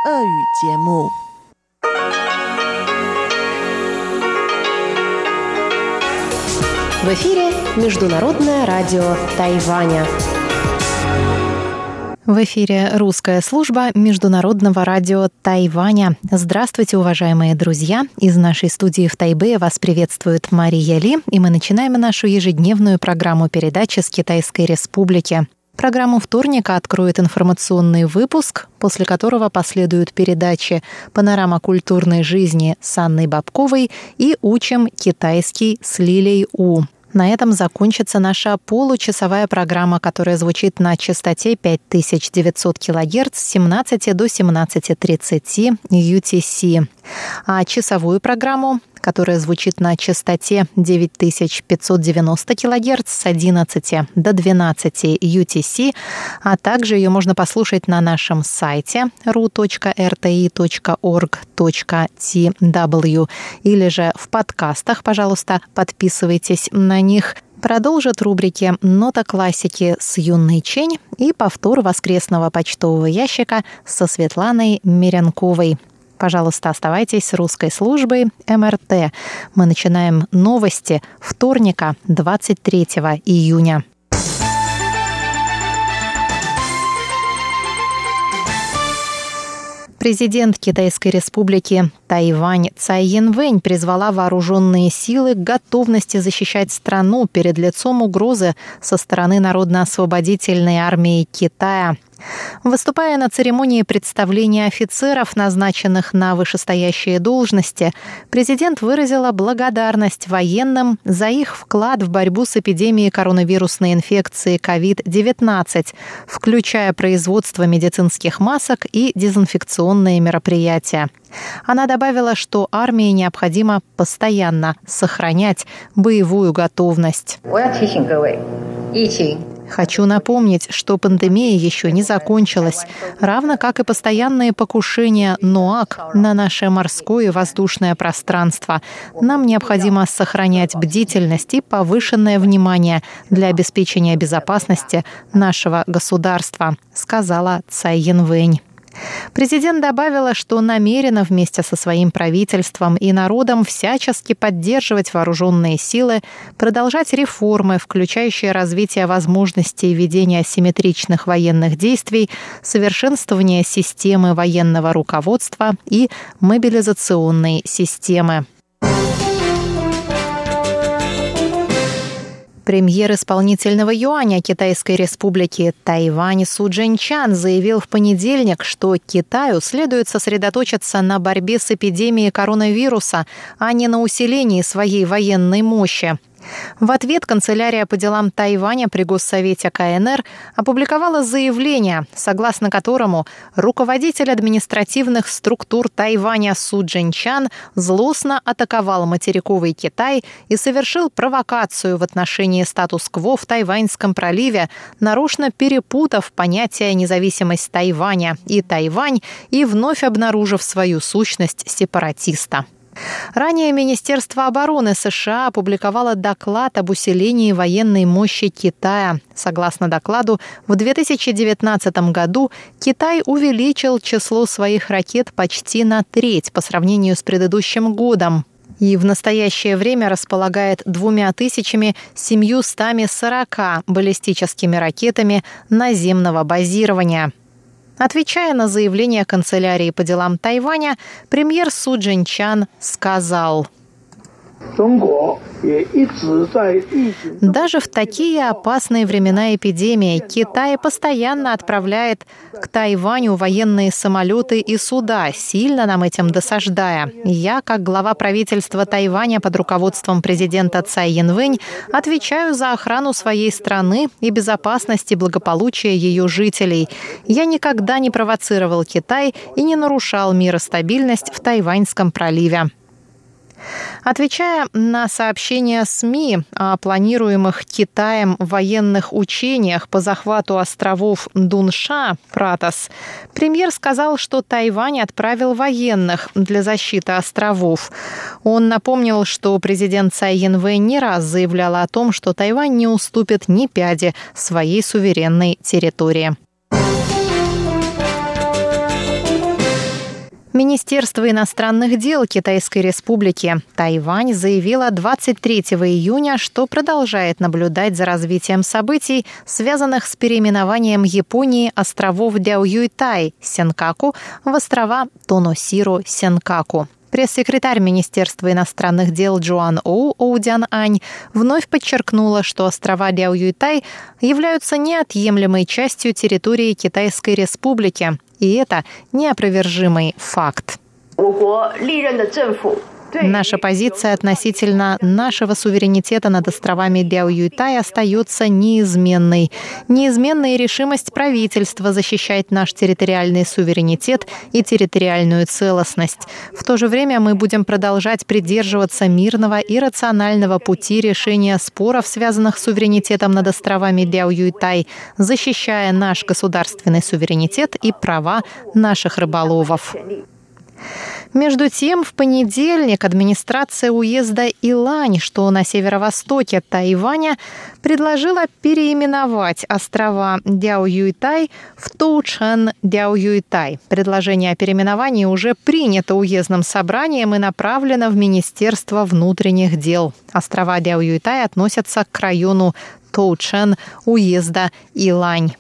俄语节目。 В эфире Международное радио Тайваня. В эфире русская служба Международного радио Тайваня. Здравствуйте, уважаемые друзья! Из нашей студии в Тайбэе вас приветствует Мария Ли, и мы начинаем нашу ежедневную программу передачи с Китайской Республики. Программу вторника откроет информационный выпуск, после которого последуют передачи «Панорама культурной жизни» с Анной Бабковой и «Учим китайский» с Лилей У. На этом закончится наша получасовая программа, которая звучит на частоте 5900 кГц с 17 до 17:30 UTC. А часовую программу, которая звучит на частоте 9590 кГц с 11 до 12 UTC, а также ее можно послушать на нашем сайте ru.rti.org.tw или же в подкастах, пожалуйста, подписывайтесь на них. Продолжат рубрики «Нота классики» с Юной Чень и повтор воскресного почтового ящика со Светланой Меренковой. Пожалуйста, оставайтесь с русской службой МРТ. Мы начинаем новости вторника, 23 июня. Президент Китайской Республики Тайвань Цай Янвэнь призвала вооруженные силы к готовности защищать страну перед лицом угрозы со стороны Народно-освободительной армии Китая. Выступая на церемонии представления офицеров, назначенных на вышестоящие должности, президент выразила благодарность военным за их вклад в борьбу с эпидемией коронавирусной инфекции COVID-19, включая производство медицинских масок и дезинфекционные мероприятия. Она добавила, что армии необходимо постоянно сохранять боевую готовность. Хочу напомнить, что пандемия еще не закончилась, равно как и постоянные покушения НОАК на наше морское и воздушное пространство. Нам необходимо сохранять бдительность и повышенное внимание для обеспечения безопасности нашего государства, сказала Цай Янвэнь. Президент добавила, что намерена вместе со своим правительством и народом всячески поддерживать вооруженные силы, продолжать реформы, включающие развитие возможностей ведения асимметричных военных действий, совершенствование системы военного руководства и мобилизационной системы. Премьер исполнительного юаня Китайской Республики Тайвань Су Чжэньчан заявил в понедельник, что Китаю следует сосредоточиться на борьбе с эпидемией коронавируса, а не на усилении своей военной мощи. В ответ канцелярия по делам Тайваня при Госсовете КНР опубликовала заявление, согласно которому руководитель административных структур Тайваня Су Чжэньчан злостно атаковал материковый Китай и совершил провокацию в отношении статус-кво в Тайваньском проливе, нарочно перепутав понятия независимость Тайваня и Тайвань и вновь обнаружив свою сущность сепаратиста. Ранее Министерство обороны США опубликовало доклад об усилении военной мощи Китая. Согласно докладу, в 2019 году Китай увеличил число своих ракет почти на треть по сравнению с предыдущим годом и в настоящее время располагает 2740 баллистическими ракетами наземного базирования. Отвечая на заявление канцелярии по делам Тайваня, премьер Су Чжэньчан сказал: «Даже в такие опасные времена эпидемии Китай постоянно отправляет к Тайваню военные самолеты и суда, сильно нам этим досаждая. Я, как глава правительства Тайваня под руководством президента Цай Янвэнь, отвечаю за охрану своей страны и безопасность и благополучие ее жителей. Я никогда не провоцировал Китай и не нарушал мир и стабильность в Тайваньском проливе». Отвечая на сообщения СМИ о планируемых Китаем военных учениях по захвату островов Дунша, Пратос, премьер сказал, что Тайвань отправил военных для защиты островов. Он напомнил, что президент Цай Янвэнь не раз заявляла о том, что Тайвань не уступит ни пяди своей суверенной территории. Министерство иностранных дел Китайской Республики Тайвань заявило 23 июня, что продолжает наблюдать за развитием событий, связанных с переименованием Японии островов Дяоюйтай Сенкаку в острова Тоносиро-Сенкаку. Пресс-секретарь Министерства иностранных дел Джоан Оудян-Ань вновь подчеркнула, что острова Дяоюйтай являются неотъемлемой частью территории Китайской Республики, и это неопровержимый факт. Наша позиция относительно нашего суверенитета над островами Дяоюйтай остается неизменной. Неизменная решимость правительства защищать наш территориальный суверенитет и территориальную целостность. В то же время мы будем продолжать придерживаться мирного и рационального пути решения споров, связанных с суверенитетом над островами Дяоюйтай, защищая наш государственный суверенитет и права наших рыболовов. Между тем, в понедельник администрация уезда Илань, что на северо-востоке Тайваня, предложила переименовать острова Дяоюйтай в Тоучэн-Дяоюйтай. Предложение о переименовании уже принято уездным собранием и направлено в Министерство внутренних дел. Острова Дяоюйтай относятся к району Тоучэн уезда Илань.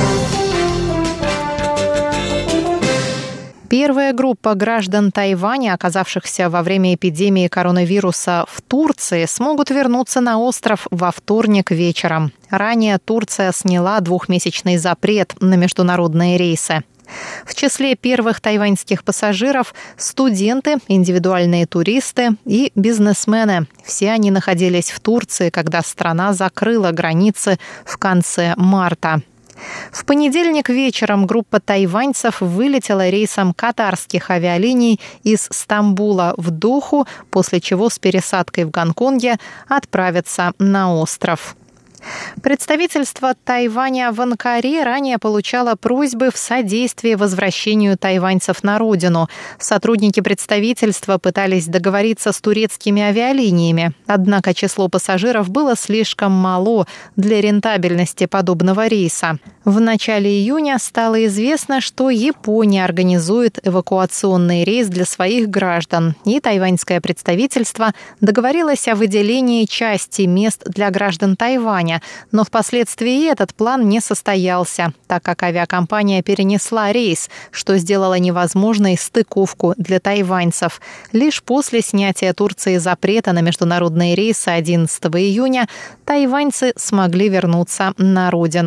Первая группа граждан Тайваня, оказавшихся во время эпидемии коронавируса в Турции, смогут вернуться на остров во вторник вечером. Ранее Турция сняла двухмесячный запрет на международные рейсы. В числе первых тайваньских пассажиров – студенты, индивидуальные туристы и бизнесмены. Все они находились в Турции, когда страна закрыла границы в конце марта. В понедельник вечером группа тайваньцев вылетела рейсом катарских авиалиний из Стамбула в Доху, после чего с пересадкой в Гонконге отправятся на остров. Представительство Тайваня в Анкаре ранее получало просьбы в содействии возвращению тайваньцев на родину. Сотрудники представительства пытались договориться с турецкими авиалиниями, однако число пассажиров было слишком мало для рентабельности подобного рейса. В начале июня стало известно, что Япония организует эвакуационный рейс для своих граждан, и тайваньское представительство договорилось о выделении части мест для граждан Тайваня, но впоследствии этот план не состоялся, так как авиакомпания перенесла рейс, что сделало невозможной стыковку для тайваньцев. Лишь после снятия Турции запрета на международные рейсы 11 июня тайваньцы смогли вернуться на родину.